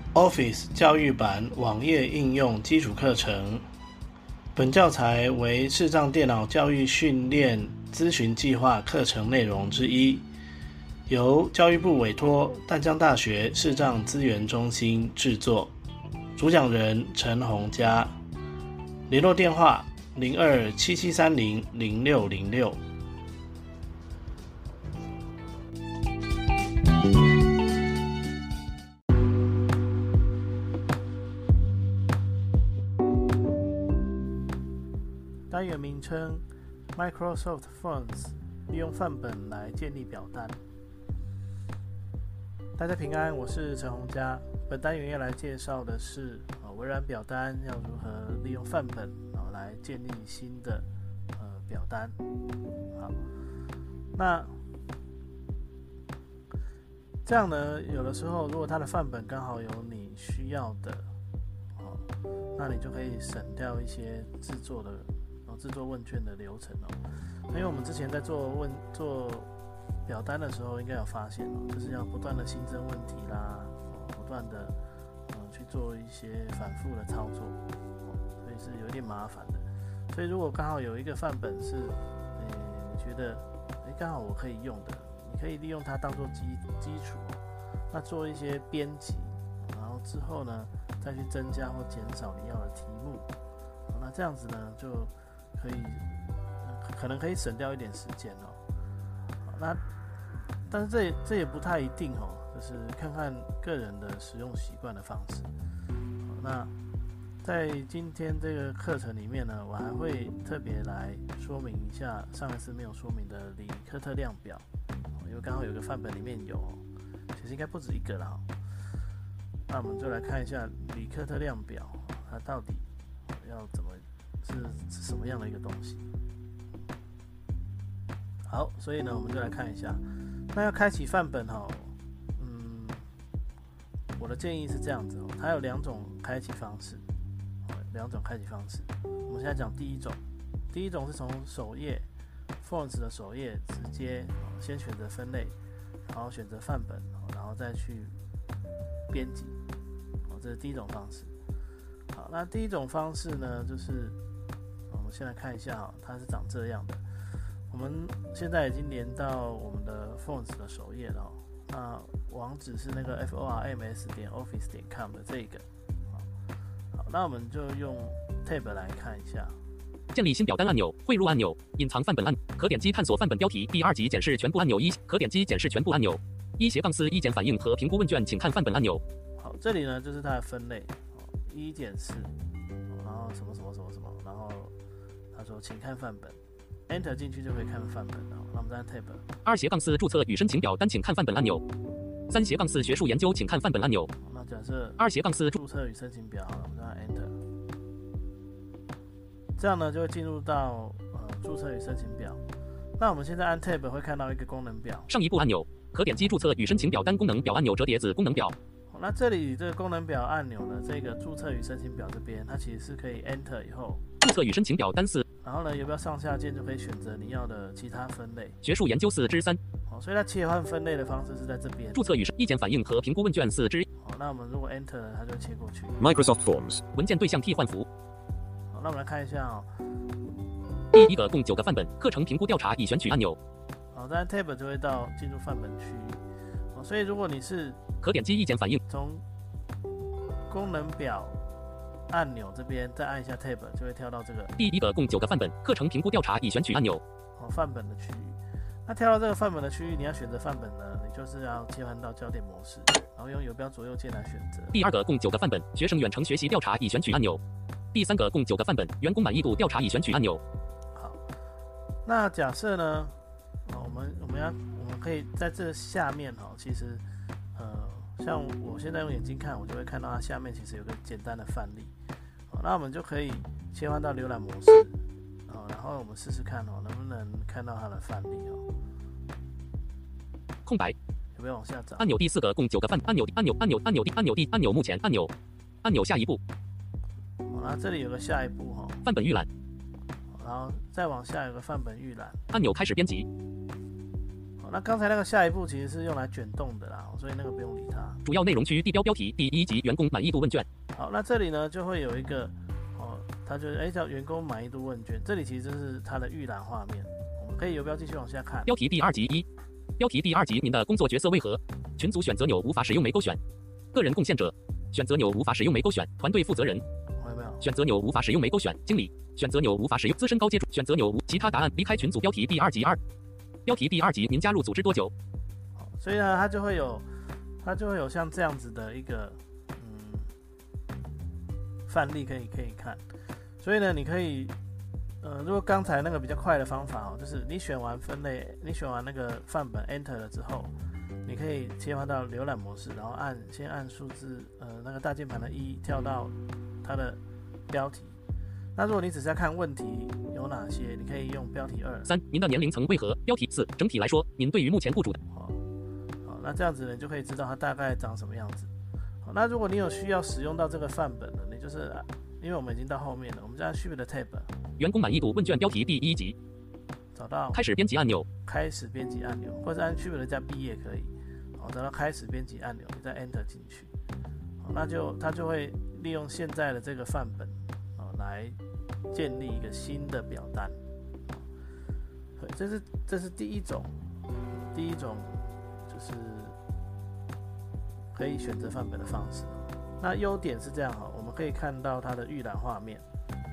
Office 教育版网页应用基础课程。本教材为视障电脑教育训练咨询计划课程内容之一，由教育部委托淡江大学视障资源中心制作。主讲人陈宏嘉。联络电话0277300606。单元名称 Microsoft Forms 利用范本来建立表单。大家平安，我是陈宏嘉。本单元要来介绍的是微软表单要如何利用范本来建立新的表单。好，那这样呢，有的时候如果它的范本刚好有你需要的，那你就可以省掉一些制作问卷的流程。因为我们之前在做表单的时候，应该有发现就是要不断的新增问题啦，不断的去做一些反复的操作，所以是有一点麻烦的。所以如果刚好有一个范本是你觉得刚好我可以用的，你可以利用它当做基础，那做一些编辑，然后之后呢再去增加或减少你要的题目，那这样子呢就可能可以省掉一点时间那但是这也不太一定就是看看个人的使用习惯的方式。那在今天这个课程里面呢，我还会特别来说明一下上一次没有说明的里克特量表，因为刚好有个范本里面有，其实应该不止一个啦。那我们就来看一下里克特量表，它到底要怎么是什么样的一个东西。好，所以呢，我们就来看一下。那要开启范本我的建议是这样子它有两种开启方式。我们现在讲第一种是从首页 Forms 的首页直接先选择分类，然后选择范本，然后再去编辑。这是第一种方式。好，那第一种方式呢，就是我们先来看一下它是长这样的。我们现在已经连到我们的 Forms 的首页了那网址是那个 forms.office.com 的这个。好，那我们就用 Tab 来看一下。 建立新表单按钮，汇入按钮，隐藏范本按钮，可点击探索范本标题第2级检视全部按钮1，可点击检视全部按钮1-4意见反映和评估问卷，请看范本按钮。 好，这里呢就是它的分类1-4，然后什么，然后他说请看范本。Enter 进去就可以看范本了。那我们再按 Tab。 2-4注册与申请表单，请看范本按钮。3-4学术研究，请看范本按钮。 那假设 2-4 注册与申请表，我们再按 Enter。这样呢就会进入到注册与申请表。那我们现在按 Tab 会看到一个功能表。 上一步按钮，可点击注册与申请表单功能表按钮折叠子功能表。 那这里这个功能表按钮呢，这个注册与申请表这边，它其实是可以 Enter 以后注册与申请表单4。 然后呢，有没有上下键就可以选择你要的其他分类。 学术研究4-3。 所以它切换分类的方式是在这边。 注册与意见反映和评估问卷4-1。 那我们如果 Enter 它就切过去。 Microsoft Forms 文件对象替换符。 好，那我们来看一下第一个共9个范本，课程评估调查已选取按钮。 好，在 Tab 就会进入范本区。所以如果你是可点击意见反映， 从功能表按钮这边再按一下 Tab 就会跳到这个第一个共9个范本，课程评估调查已选取按钮。 范本的区域。那跳到这个范本的区域，你要选择范本呢，你就是要切换到焦点模式，然后用游标左右键来选择。 第二个共9个范本，学生远程学习调查已选取按钮。第三个共9个范本，员工满意度调查已选取按钮。 好，那假设呢，我们可以在这下面其实像我现在用眼睛看，我就会看到它下面其实有个简单的范例。那我们就可以切换到浏览模式，然后我们试试看能不能看到它的范例空白， 有没有往下找？ 按钮第4个共9个范按钮目前按钮下一步。 那这里有个下一步范本预览， 然后再往下有个范本预览按钮开始编辑。 那刚才那个下一步其实是用来卷动的啦，所以那个不用理它。 主要内容区地标标题第1级员工满意度问卷。 好，那这里呢就会有一个它就是叫员工满意度问卷，这里其实就是它的预览画面。我们可以游标继续往下看。 标题第2级1，标题第2级您的工作角色为何？群组选择钮无法使用没勾选。个人贡献者，选择钮无法使用没勾选。团队负责人， 有没有？ 选择钮无法使用没勾选。经理，选择钮无法使用。资深高阶主，选择钮无。其他答案离开群组。标题第2级2，标题第2级您加入组织多久？ 所以呢，它就会有像这样子的一个范例可以看。所以呢，你可以如果刚才那个比较快的方法就是你选完分类，你选完那个范本 Enter 了之后，你可以切换到浏览模式，然后先按数字那个大键盘的1跳到它的标题。那如果你只是要看问题有哪些，你可以用标题2。 3，您的年龄层为何？标题4，整体来说，您对于目前雇主的那这样子呢，你就可以知道它大概长什么样子。好，那如果你有需要使用到这个范本的，你就是因为我们已经到后面了，我们就按 Shift Tab。 员工满意度问卷标题第1级， 找到开始编辑按钮， 开始编辑按钮，或者按 Shift 加 B 也可以。找到开始编辑按钮，你再 Enter 进去。那它就会利用现在的这个范本来建立一个新的表单。这是第一种就是可以选择范本的方式。那优点是这样我们可以看到它的预览画面，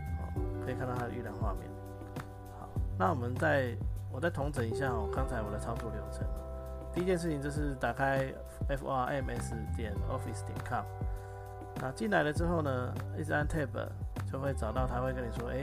好，那我再统整一下刚才我的操作流程。第一件事情就是打开 frms.office.com， 那进来了之后呢，一直按 Tab 就会找到，它会跟你说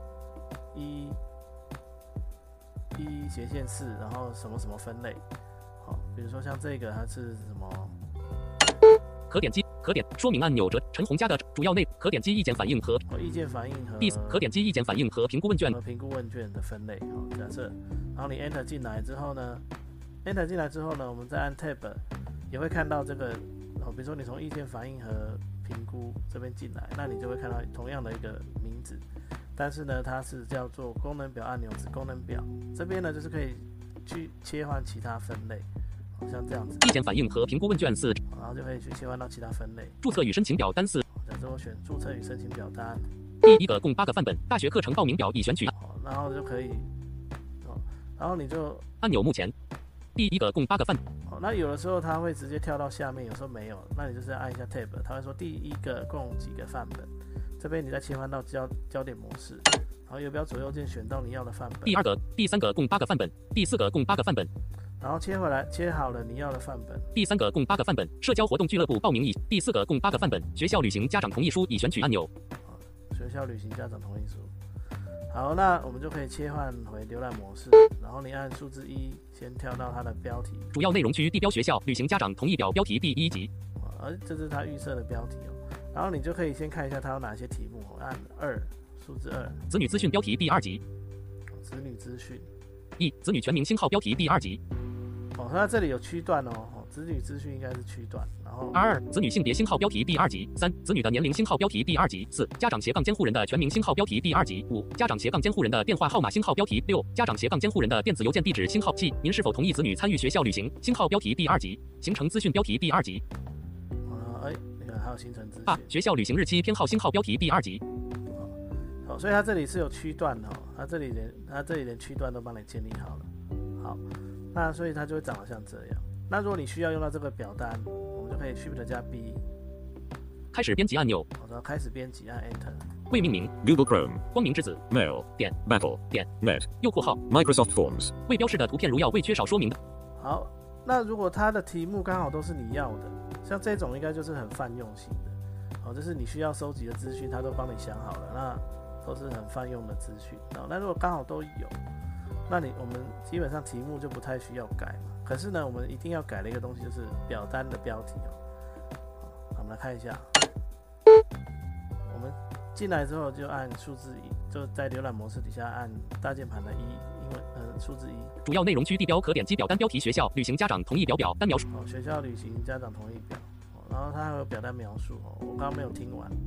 1/4，然后什么什么分类。好，比如说像这个它是什么？ 可点说明按钮陈红家的主要内，可点击意见反映和意见反映和可点击意见反映和评估问卷的分类。假设，然后你 Enter 进来之后呢，我们再按 Tab， 也会看到这个比如说你从意见反映和评估这边进来，那你就会看到同样的一个名字，但是呢，它是叫做功能表按钮子功能表。这边呢，就是可以去切换其他分类，像这样子。 意见反映和评估问卷4， 然后就可以去切换到其他分类。 注册与申请表单4， 假设我选注册与申请表单。 第1个共8个范本，大学课程报名表已选取。 然后就可以，然后你就按钮目前。第1个共8个范本。 那有的时候它会直接跳到下面，有时候没有，那你就是按一下 Tab， 它会说第1个共几个范本，这边你再切换到焦点模式，然后游标左右键选到你要的范本。 第2个、第3个共8个范本，第4个共8个范本， 然后切回来，切好了你要的范本。 第3个共8个范本，社交活动俱乐部报名已。第4个共8个范本，学校旅行家长同意书已选取按钮。 学校旅行家长同意书。好，那我们就可以切换回浏览模式，然后你按数字1，先跳到它的标题， 主要内容区地标学校旅行家长同意表标题第1级， 这是它预设的标题然后你就可以先看一下它有哪些题目，按2，数字2， 子女资讯标题第2级， 子女资讯 1，子女全名星号标题第2级， 它这里有区段子女资讯应该是区段，然后 2，子女性别星号标题第2级，3，子女的年龄星号标题第2级，4，家长监护人的全名星号标题第2级，5，家长监护人的电话号码星号标题，6，家长监护人的电子邮件地址星号，7，您是否同意子女参与学校旅行星号标题第2级，行程资讯标题第2级， 你看还有行程资讯 8，学校旅行日期编号星号标题第2级。 好，所以它这里是有区段的它这里连区段都帮你建立好了。好，那所以它就会长得像这样。那如果你需要用到这个表单，我们就可以 Shift 加 B， 开始编辑按钮， 然后开始编辑，按 Enter。 未命名 Google Chrome 光明之子 Mail 点 Battle 点 Net 右括号 Microsoft Forms 未标示的图片如要未缺少说明的。 好，那如果它的题目刚好都是你要的，像这种应该就是很泛用性的，就是你需要收集的资讯，它都帮你想好了，那都是很泛用的资讯。那如果刚好都有，那我们基本上题目就不太需要改嘛。可是呢，我们一定要改的一个东西就是表单的标题我们来看一下，我们进来之后就按数字1，就在浏览模式底下按大键盘的1，英文数字1。 主要内容区地标可点击表单标题学校旅行家长同意表单描述。 学校旅行家长同意表，然后它还有表单描述我刚刚没有听完，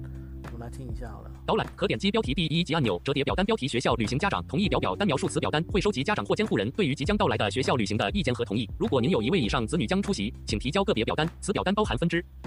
我们来听一下好了。 导览可点击标题第1级按钮，折叠表单标题学校旅行家长同意表单描述此表单会收集家长或监护人对于即将到来的学校旅行的意见和同意。如果您有1位以上子女将出席，请提交个别表单，此表单包含分支。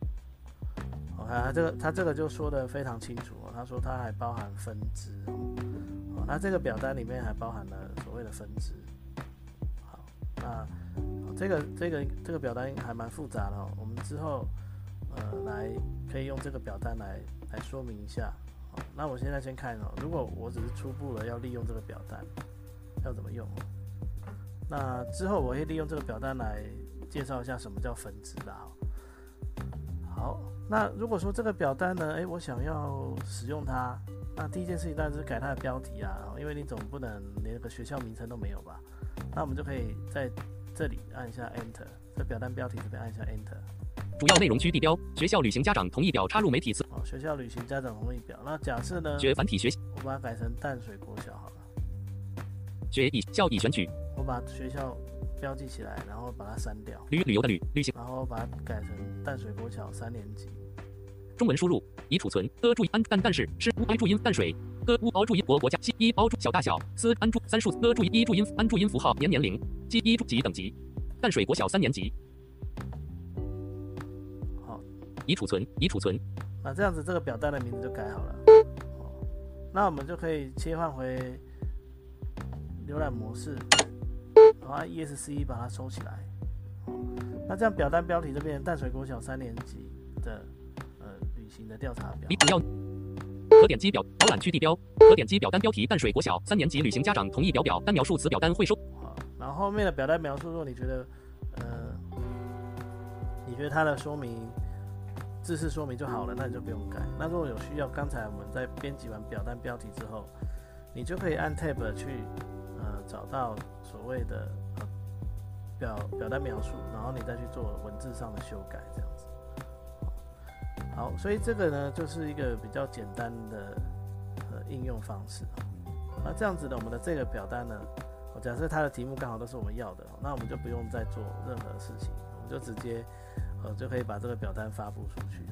他这个就说的非常清楚哦，他说它还包含分支哦，那这个表单里面还包含了所谓的分支。好，那这个表单还蛮复杂的哦，我们之后可以用这个表单来说明一下。好，那我现在先看哦，如果我只是初步的要利用这个表单，要怎么用？那之后我会利用这个表单来介绍一下什么叫分支啦。好，那如果说这个表单呢，我想要使用它，那第一件事情当然是改它的标题啊，因为你总不能连个学校名称都没有吧？那我们就可以在这里按一下 Enter， 在表单标题这边按一下 Enter。 主要内容区地标：学校旅行家长同意表，插入媒体词。 学校旅行家长同意表。那假设呢？ 学繁体学， 我把它改成淡水国小好了。 学校已选取， 我把学校标记起来，然后把它删掉。 旅游的旅行， 然后把它改成淡水国小3年级。 中文输入已储存的注音但是是乌 i 注音淡水的乌凹注音国家一凹注小大小斯安注3数的注音一注音安注音符号年龄及一级等级淡水国小3年级。 好， 已储存。 那这样子这个表单的名字就改好了。那我们就可以切换回浏览模式，然后按 ESC 把它收起来。那这样表单标题就变成淡水国小3年级的旅行的调查表。 不要可点击导览区地标，可点击表单标题淡水国小3年级旅行家长同意表单描述，此表单会收。 好，然后后面的表单描述，如果你觉得它的说明制式说明就好了，那你就不用改。那如果有需要，刚才我们在编辑完表单标题之后，你就可以按 Tab 去找到所谓的表单描述，然后你再去做文字上的修改，这样子。好，所以这个呢就是一个比较简单的应用方式。那这样子呢，我们的这个表单呢，假设它的题目刚好都是我们要的，那我们就不用再做任何事情，我们就直接就可以把这个表单发布出去。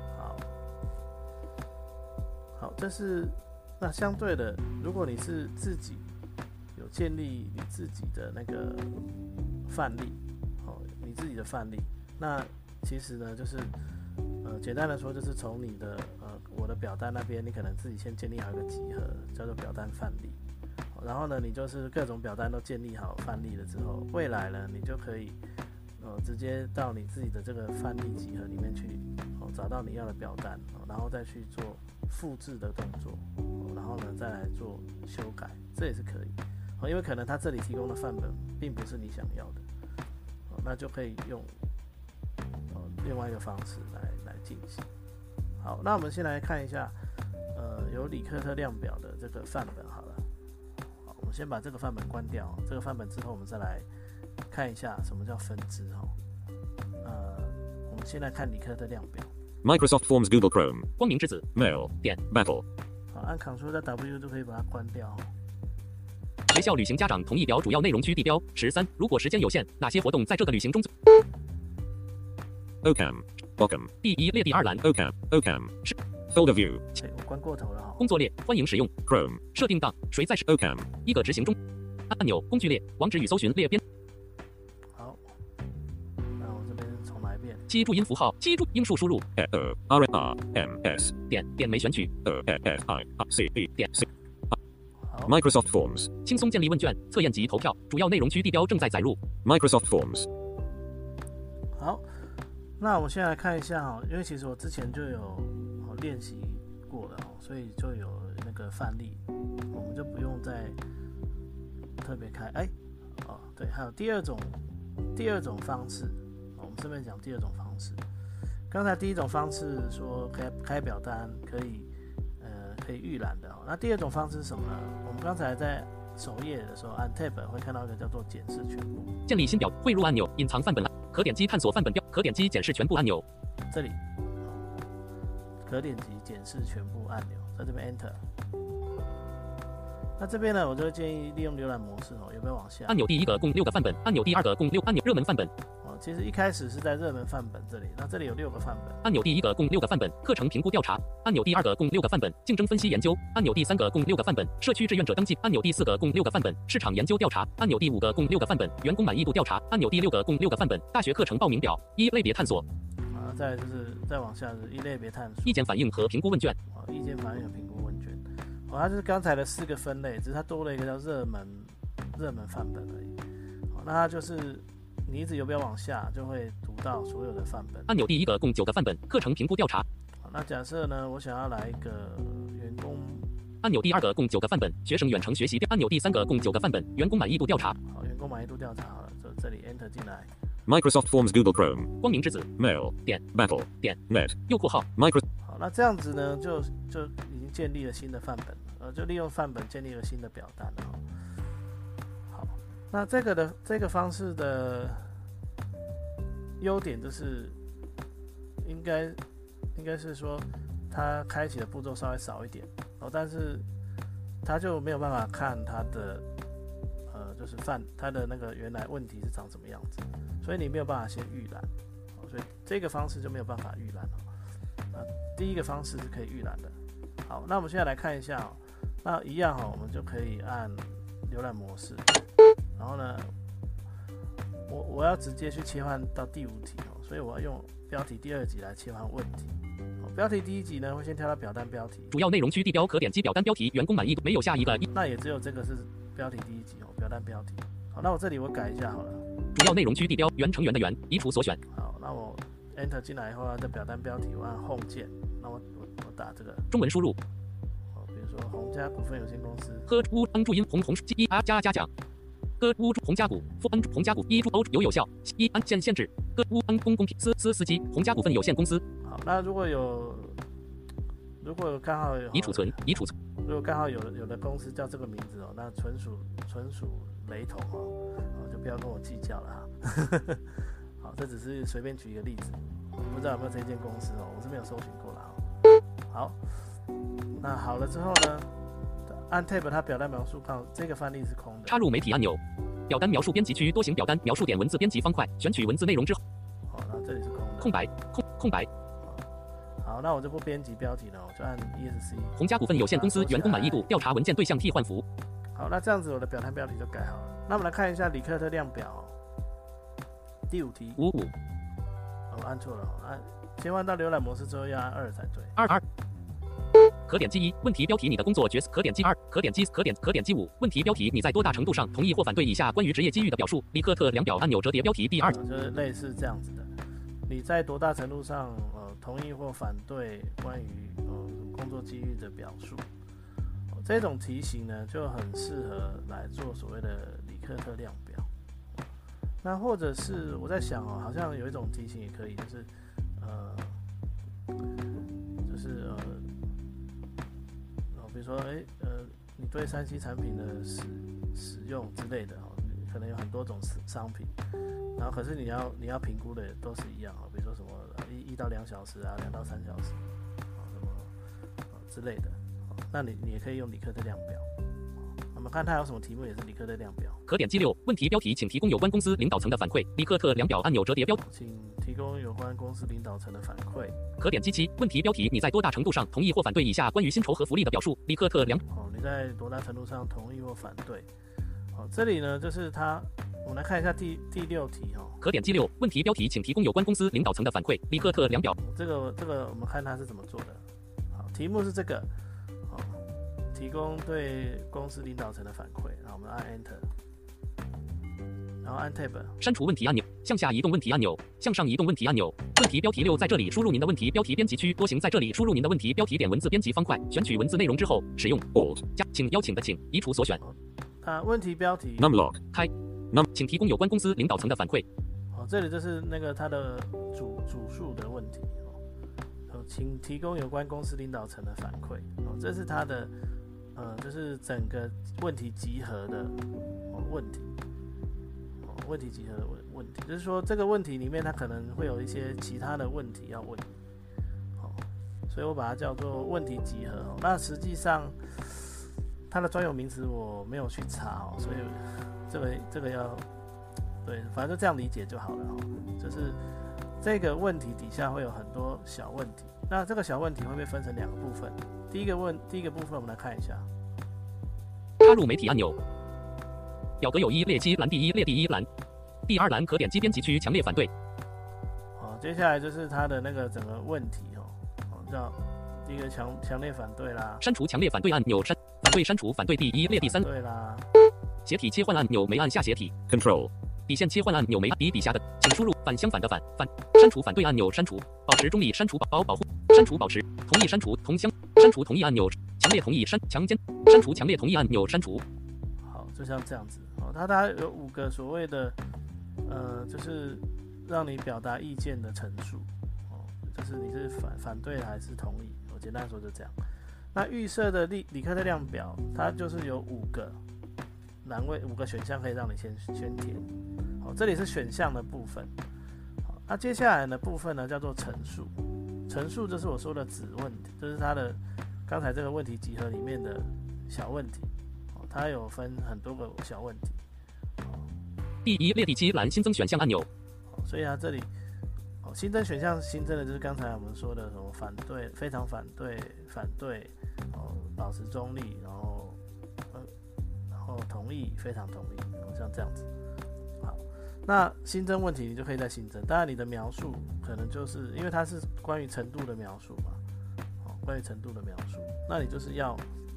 好，这是那相对的，如果你是自己有建立你自己的那个范例，你自己的范例，那其实呢就是简单的说，就是从你的我的表单那边，你可能自己先建立好一个集合，叫做表单范例。然后呢，你就是各种表单都建立好范例了之后，未来呢，你就可以直接到你自己的这个范例集合里面去，找到你要的表单，然后再去做复制的动作，然后呢再来做修改，这也是可以。因为可能它这里提供的范本并不是你想要的，那就可以用另外一个方式来进行。好，那我们先来看一下有李克特量表的这个范本好了。好，我们先把这个范本关掉，这个范本之后我们再来看一下什么叫分支。我们先来看李克特量表。 Microsoft Forms, Google Chrome, 光明之子 Mail, 点 Battle. 好，按 Ctrl 再 W 就可以把它关掉。 学校旅行家长同意表主要内容区地标13。如果时间有限，哪些活动在这个旅行中 OCAM, OCAM. 第1列第2栏 OCAM,是 Folder View. 我关过头了。 工作列欢迎使用 Chrome. 设定档谁在 OCAM. 一个执行中按钮工具列网址与搜寻列边。 好，那我这边重来一遍。 基注音符号基注音数输入 RMS 点没选取 FICE 点 C. Microsoft Forms. 轻松建立问卷测验及投票主要内容区地标正在载入 Microsoft Forms. 好，那我们现在来看一下因为其实我之前就有练习过了所以就有那个范例，我们就不用再特别开。对，还有第二种方式，我们顺便讲第二种方式。刚才第一种方式说开表单可以预览的那第二种方式是什么呢？我们刚才在首页的时候按 Tab 会看到一个叫做检视全部， 建立新表汇入按钮，隐藏范本可点击探索范本标，可点击检视全部按钮。 这里可点击检视全部按钮，在这边 Enter。那这边呢，我就建议利用浏览模式有没有往下？ 按钮第1个共6个范本，按钮第2个共6按钮热门范本。 其实一开始是在热门范本这里，那这里有6个范本。 按钮第1个共6个范本，课程评估调查。按钮第2个共6个范本，竞争分析研究。按钮第3个共6个范本，社区志愿者登记。按钮第4个共6个范本，市场研究调查。按钮第5个共6个范本，员工满意度调查。按钮第6个共6个范本，大学课程报名表。1类别探索。 再来就是再往下是1类别探索。 意见反映和评估问卷。 意见反映和评估问卷。它就是刚才的4个分类，只是它多了一个叫热门范本而已。那它就是你一直游标往下，就会读到所有的范本。 按钮第1个共9个范本，课程评估调查。 那假设呢，我想要来一个员工。 按钮第2个共9个范本，学生远程学习调。按钮第3个共9个范本，员工满意度调查。 好，员工满意度调查好了，这里 Enter 进来。 Microsoft Forms Google Chrome 光明之子 Mail 点 Battle 点 Net 右括号 Micro。 好，那这样子呢，就已经建立了新的范本，就利用范本建立了新的表单了。好，那这个方式的优点就是应该是说它开启的步骤稍微少一点，但是它就没有办法看它的就是它的那个原来问题是长什么样子，所以你没有办法先预览，所以这个方式就没有办法预览了。第一个方式是可以预览的。好，那我们现在来看一下那一样我们就可以按浏览模式，然后呢，我要直接去切换到第5题所以我要用标题第2级来切换问题。标题第1级呢，会先跳到表单标题， 主要内容区地标可点击表单标题，员工满意度没有下一个。 那也只有这个是标题第1级表单标题。好，那我这里我改一下好了。 主要内容区地标原成员的原，移除所选。 好，那我 Enter 进来以后，在表单标题我按 Home 键，那我打这个中文输入。 比如说洪家股份有限公司。 呵乌恩注音红一啊加奖。歌乌洪家股洪家股一注欧有效一安限制歌乌安公平司机洪家股份有限公司。 好，那如果刚好有已储存， 如果刚好有的公司叫这个名字那纯属雷同就不要跟我计较了哈。好，这只是随便举一个例子，不知道有没有这间公司我是没有搜寻过啦。好，那好了之后呢，按 Tab 它表单描述框这个范例是空的。 插入媒体按钮，表单描述编辑区多行表单描述点文字编辑方块，选取文字内容之后， 好，那这里是空的， 空白空白。 好，那我就不编辑标题了，我就按 ESC。 洪家股份有限公司员工满意度调查文件对象替换符。 好，那这样子我的表单标题就改好了。那我们来看一下里克特量表第5题。 55。 我按错了，切换到浏览模式之后要按2才对。 22。可点击1，问题标题你的工作角色。可点击2，可点击5，问题标题你在多大程度上同意或反对以下关于职业机遇的表述。里克特量表按钮折叠标题第2。 就是类似这样子的，你在多大程度上同意或反对关于工作机遇的表述。这种题型呢就很适合来做所谓的里克特量表。那或者是我在想好像有一种题型也可以，就是比如说你对3C 产品的使用之类的可能有很多种商品，然后可是你要评估的都是一样比如说什么1到2小时2到3小时什么之类的，那你也可以用里克特量表。我们看它有什么题目也是里克特量表。 可点击6，问题标题请提供有关公司领导层的反馈。里克特量表按钮折叠标， 请提供有关公司领导层的反馈。 可点击7，问题标题你在多大程度上同意或反对以下关于薪酬和福利的表述。里克特量你在多大程度上同意或反对。这里呢就是我们来看一下第6题可点击6，问题标题请提供有关公司领导层的反馈。里克特量表这个我们看它是怎么做的。好，题目是这个提供对公司领导层的反馈，然后我们按 Enter， 然后按 Tab， 删除问题按钮，向下移动问题按钮，向上移动问题按钮。问题标题6在这里输入您的问题标题编辑区，多行在这里输入您的问题标题点文字编辑方块，选取文字内容之后，使用 Alt 加请邀请的请，移除所选。 问题标题 Numlock 开请提供有关公司领导层的反馈。 这里就是那个它的主述的问题请提供有关公司领导层的反馈这是它的就是整个问题集合的问题问题集合的问题，就是说这个问题里面它可能会有一些其他的问题要问你所以我把它叫做问题集合那实际上它的专有名词我没有去查所以这个要对，反正就这样理解就好了哦。就是这个问题底下会有很多小问题，那这个小问题会被分成2个部分。第一个部分我们来看一下， 插入媒体按钮。表格有1列7栏，第1列第1栏，第2栏可点击编辑区强烈反对。 好，接下来就是它的那个整个问题叫第一个强烈反对啦， 删除强烈反对按钮，删除反对第1列第3 对啦， 斜体切换按钮没按下斜体 Control. 底线切换按钮没按笔底下的，请输入反相反的反删除反对按钮，删除保持中立，删除保护删除保持同意，删除同乡删除同意按钮，强烈同意强奸删除强烈同意按钮，删除。 好，就像这样子它大概有5个所谓的就是让你表达意见的陈述就是你是反对还是同意，我简单说就这样。那预设的李克特量表，它就是有5个栏位，5个选项可以让你先填。好，这里是选项的部分。好，那接下来的部分呢叫做陈述。陈述就是我说的子问题，就是它的刚才这个问题集合里面的小问题。它有分很多个小问题。 第1列第7栏新增选项按钮。 所以它这里新增选项新增的就是刚才我们说的什么反对、非常反对、保持中立，然后同意、非常同意，像这样子。好，那新增问题你就可以再新增，当然你的描述可能就是因为它是关于程度的描述嘛，关于程度的描述，那你就是要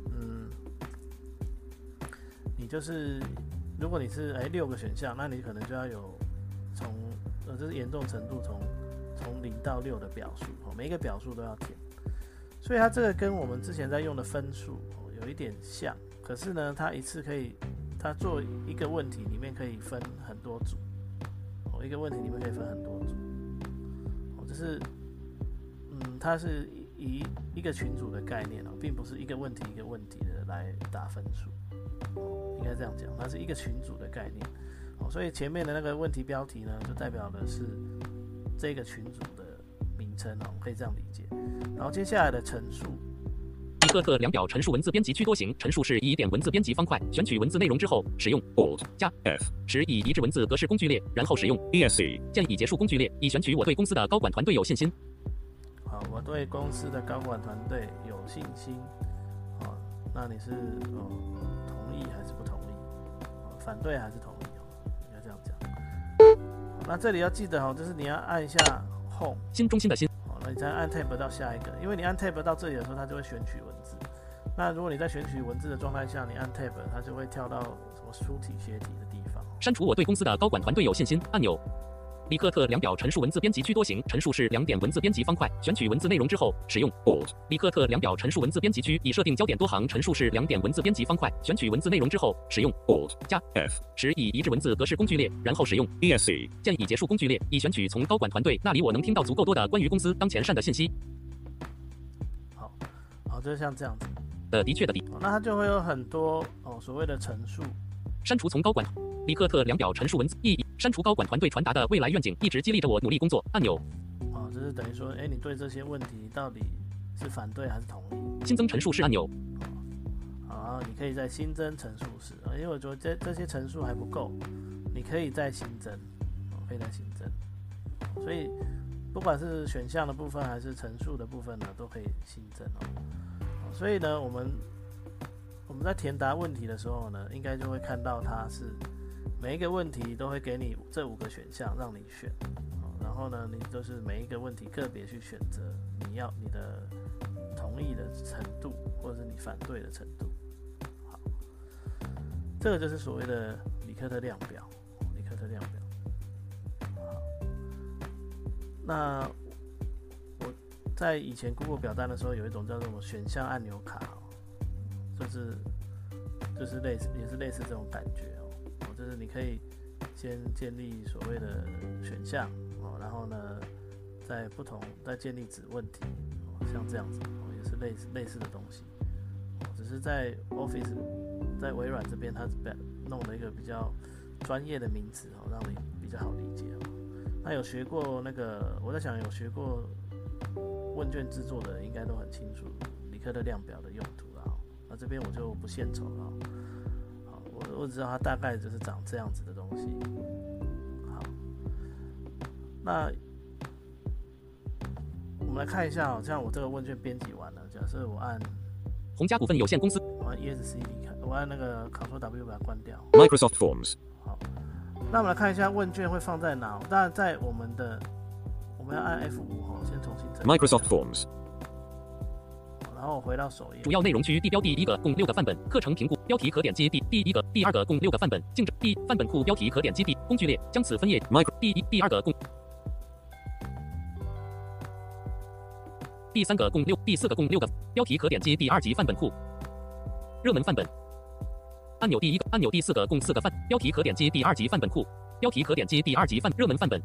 你就是如果你是6个选项，那你可能就要有从就是严重程度从0到6的表述，每一个表述都要填。所以它这个跟我们之前在用的分数有一点像，可是呢，它一次可以，它做一个问题里面可以分很多组，一个问题里面可以分很多组，就是它是以一个群组的概念并不是一个问题一个问题的来打分数，应该这样讲，它是一个群组的概念。所以前面的那个问题标题呢，就代表的是这个群组的名称可以这样理解。然后接下来的陈述， 李克特量表陈述文字编辑区多行，陈述是以点文字编辑方块，选取文字内容之后，使用 Alt 加 F 使以一致文字格式工具列，然后使用 ESC 键已结束工具列，以选取我对公司的高管团队有信心。 好，我对公司的高管团队有信心。好，那你是同意还是不同意？反对还是同意？应该这样讲。那这里要记得就是你要按一下 Home 新中心的新。 那你再按 Tab 到下一个，因为你按 Tab 到这里的时候，它就会选取文字。那如果你在选取文字的状态下，你按 Tab， 它就会跳到什么粗体、斜体的地方。 删除我对公司的高管团队有信心按钮。李克特量表陈述文字编辑区多行，陈述是2点文字编辑方块，选取文字内容之后，使用 Alt 李克特量表陈述文字编辑区已设定焦点多行，陈述是2点文字编辑方块，选取文字内容之后，使用 Alt 加 F 使以一致文字格式工具列，然后使用 ESC 键已结束工具列，以选取从高管团队那里我能听到足够多的关于公司当前善的信息。 好，就像这样子的确的那它就会有很多所谓的陈述。 删除从高管李克特量表陈述文字意义，删除高管团队传达的未来愿景，一直激励着我努力工作按钮。 这是等于说，你对这些问题到底是反对还是同意？ 新增陈述式按钮。 好，你可以再新增陈述式因为我觉得这些陈述还不够，你可以再新增，可以再新增。所以不管是选项的部分还是陈述的部分呢，都可以新增所以呢，我们在填答问题的时候呢，应该就会看到它是每一个问题都会给你这5个选项让你选，然后呢，你就是每一个问题个别去选择你的同意的程度，或者是你反对的程度。好，这个就是所谓的李克特量表。李克特量表。好，那我在以前 Google 表单的时候，有一种叫做选项按钮卡，就是也是类似这种感觉就是你可以先建立所谓的选项然后呢，再建立子问题像这样子也是类似的东西只是在 Office 在微软这边，它弄了一个比较专业的名词让你比较好理解那有学过那个，我在想有学过问卷制作的人应该都很清楚李克特量表的用途那这边我就不献丑了我只知道它大概就是长这样子的东西那我们来看一下像我这个问卷编辑完了，假设我按宏家股份有限公司， 我按 ESC 离开，我按那个 Ctrl W 把它关掉。 Microsoft Forms. 好，那我们来看一下问卷会放在哪。当然，在我们要按 F5先重新整理 Microsoft Forms. 然后回到首页。 主要内容区地标第1个共6个范本，课程评估标题可点击第1个、第2个共6个范本，竞争第范本库标题可点击第工具列，将此分页 第1、第2个共第3个共6、第4个共6个标题可点击第2级范本库热门范本按钮第1个按钮第4个共4个范标题可点击第2级范本库标题可点击第2级热门范本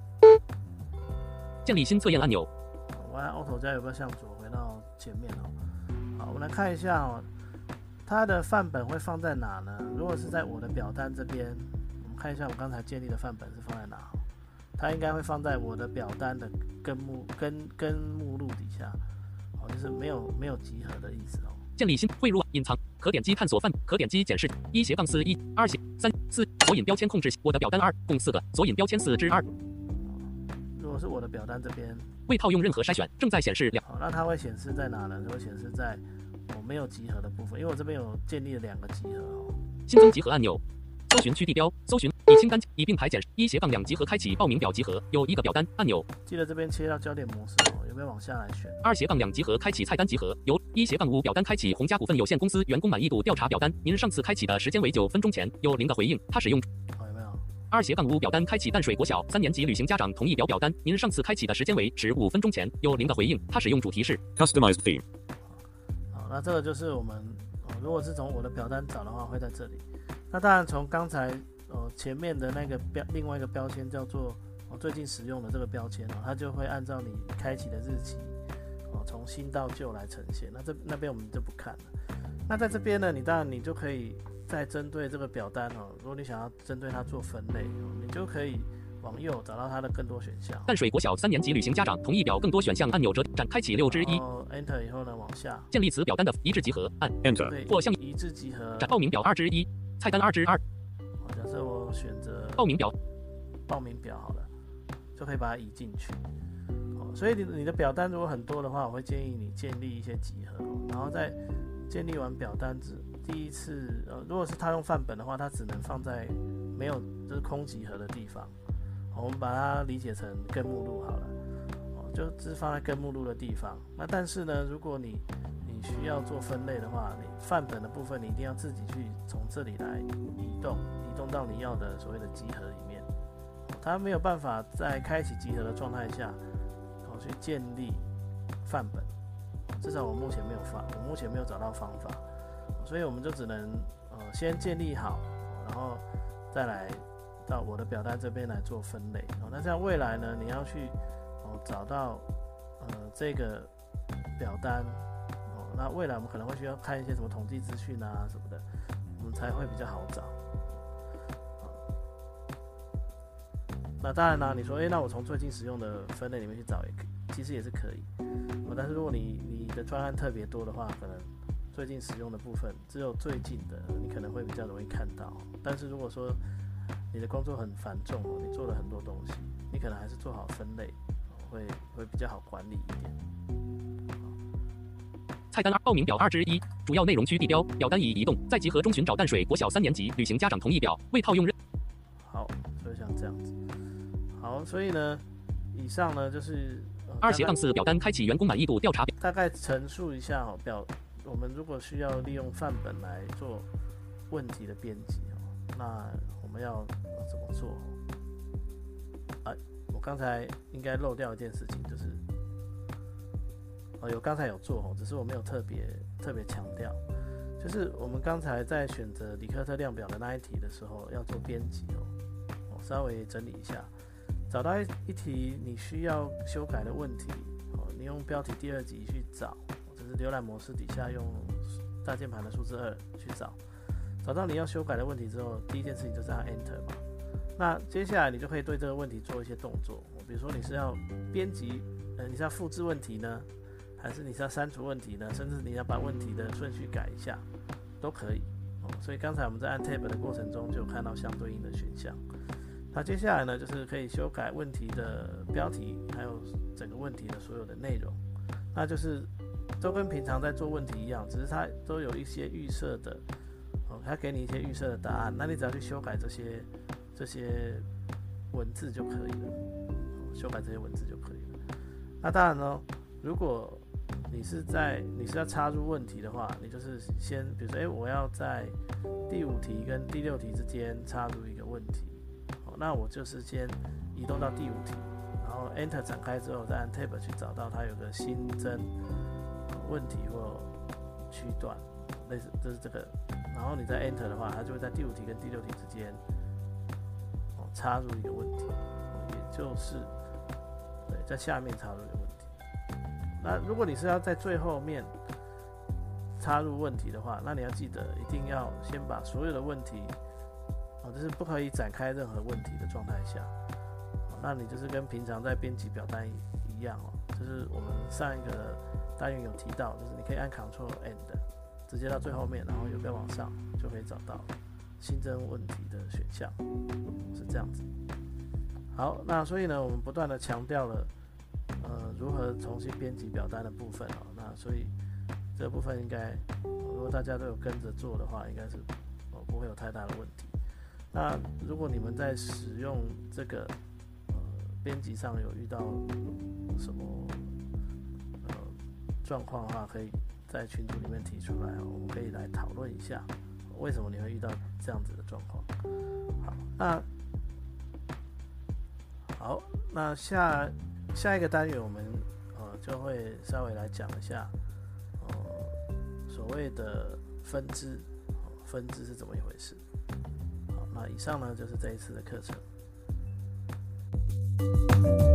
建立新测验按钮。 我按 Auto 加右标向左回到前面好，我们来看一下它的范本会放在哪呢？如果是在我的表单这边，我们看一下我刚才建立的范本是放在哪。它应该会放在我的表单的根目录底下，就是没有集合的意思建立新汇入隐藏可点击探索范可点击检视1-4 1 2 3 4索引标签控制我的表单2共4个索引标签4之2。 如果是我的表单这边未套用任何筛选，正在显示2。 那它会显示在哪呢？就会显示在我没有集合的部分，因为我这边有建立了2个集合新增集合按钮，搜寻区地标，搜寻以清单以并排检1-2集合开启报名表集合，有1个表单按钮。 记得这边切到焦点模式有没有往下来选 2-2集合开启菜单集合，由1-5表单开启宏家股份有限公司员工满意度调查表单，您上次开启的时间为9分钟前，有0个回应，他使用。 有没有 2-5表单开启淡水国小3年级旅行家长同意表单，您上次开启的时间为15分钟前，有0个回应，他使用主题是 Customized theme. 好，那这个就是我们如果是从我的表单找的话，会在这里。那当然从刚才前面的那个另外一个标签叫做最近使用的这个标签它就会按照你开启的日期从新到旧来呈现。那边我们就不看了。那在这边呢，当然你就可以再针对这个表单如果你想要针对它做分类你就可以往右找到它的更多选项。 淡水国小3年级旅行家长同意表更多选项按钮展开启6之1。 Enter 以后呢，往下建立此表单的一致集合按 Enter 或向一致集合展报名表2之1菜单2之2。 假设我选择报名表好了，就可以把它移进去。所以你的表单如果很多的话，我会建议你建立一些集合，然后再建立完表单第一次如果是他用范本的话，它只能放在没有就是空集合的地方。我们把它理解成根目录好了，就只放在根目录的地方。那但是呢，如果你需要做分类的话，你范本的部分你一定要自己去从这里来移动到你要的所谓的集合里面。它没有办法在开启集合的状态下去建立范本，至少我目前没有找到方法，所以我们就只能先建立好，然后再来到我的表单这边来做分类。那这样未来呢，你要去找到这个表单那未来我们可能会需要看一些什么统计资讯啊什么的，我们才会比较好找。那当然啦，你说那我从最近使用的分类里面去找其实也是可以但是如果你的专案特别多的话，可能最近使用的部分只有最近的你可能会比较容易看到。但是如果说你的工作很繁重你做了很多东西，你可能还是做好分类会比较好管理一点。 菜单2报名表2之1主要内容区地标表单已移动，在集合中寻找淡水国小3年级旅行家长同意表，未套用好，就像这样子。好，所以呢，以上呢就是 2-4表单开启员工满意度调查表， 大概陈述一下我们如果需要利用范本来做问题的编辑那我们要怎么做？我刚才应该漏掉一件事情，就是刚才有做只是我没有特别强调，就是我们刚才在选择李克特量表的那一题的时候要做编辑我稍微整理一下，找到一题你需要修改的问题你用标题第2级去找，就是浏览模式底下用大键盘的数字2去找到你要修改的问题之后，第一件事情就是按 Enter 嘛。那接下来你就可以对这个问题做一些动作，比如说你是要编辑你是要复制问题呢，还是你是要删除问题呢，甚至你要把问题的顺序改一下都可以所以刚才我们在按 Tab 的过程中就有看到相对应的选项。 那接下来呢，就是可以修改问题的标题，还有整个问题的所有的内容。那就是都跟平常在做问题一样，只是它都有一些预设的，它给你一些预设的答案，那你只要去修改这些文字就可以了，修改这些文字就可以了。那当然呢，如果你是要插入问题的话，你就是先比如说，我要在第5题跟第6题之间插入一个问题，那我就是先移动到第5题，然后 Enter 展开之后，再按 Tab 去找到它有个新增问题或区段，类似就是这个，然后你再 Enter 的话，它就会在第5题跟第6题之间插入一个问题，也就是在下面插入一个问题。那如果你是要在最后面插入问题的话，那你要记得一定要先把所有的问题，就是不可以展开任何问题的状态下，那你就是跟平常在编辑表单一样就是我们上一个单元有提到，就是你可以按 Ctrl+End 直接到最后面，然后右边往上就可以找到新增问题的选项，是这样子。好，那所以呢，我们不断的强调了如何重新编辑表单的部分那所以这个部分应该如果大家都有跟着做的话，应该是不会有太大的问题。那如果你们在使用这个编辑上有遇到什么状况的话，可以在群组里面提出来，我们可以来讨论一下为什么你会遇到这样子的状况。好，那下一个单元我们就会稍微来讲一下所谓的分支是怎么一回事。好，那以上呢就是这一次的课程。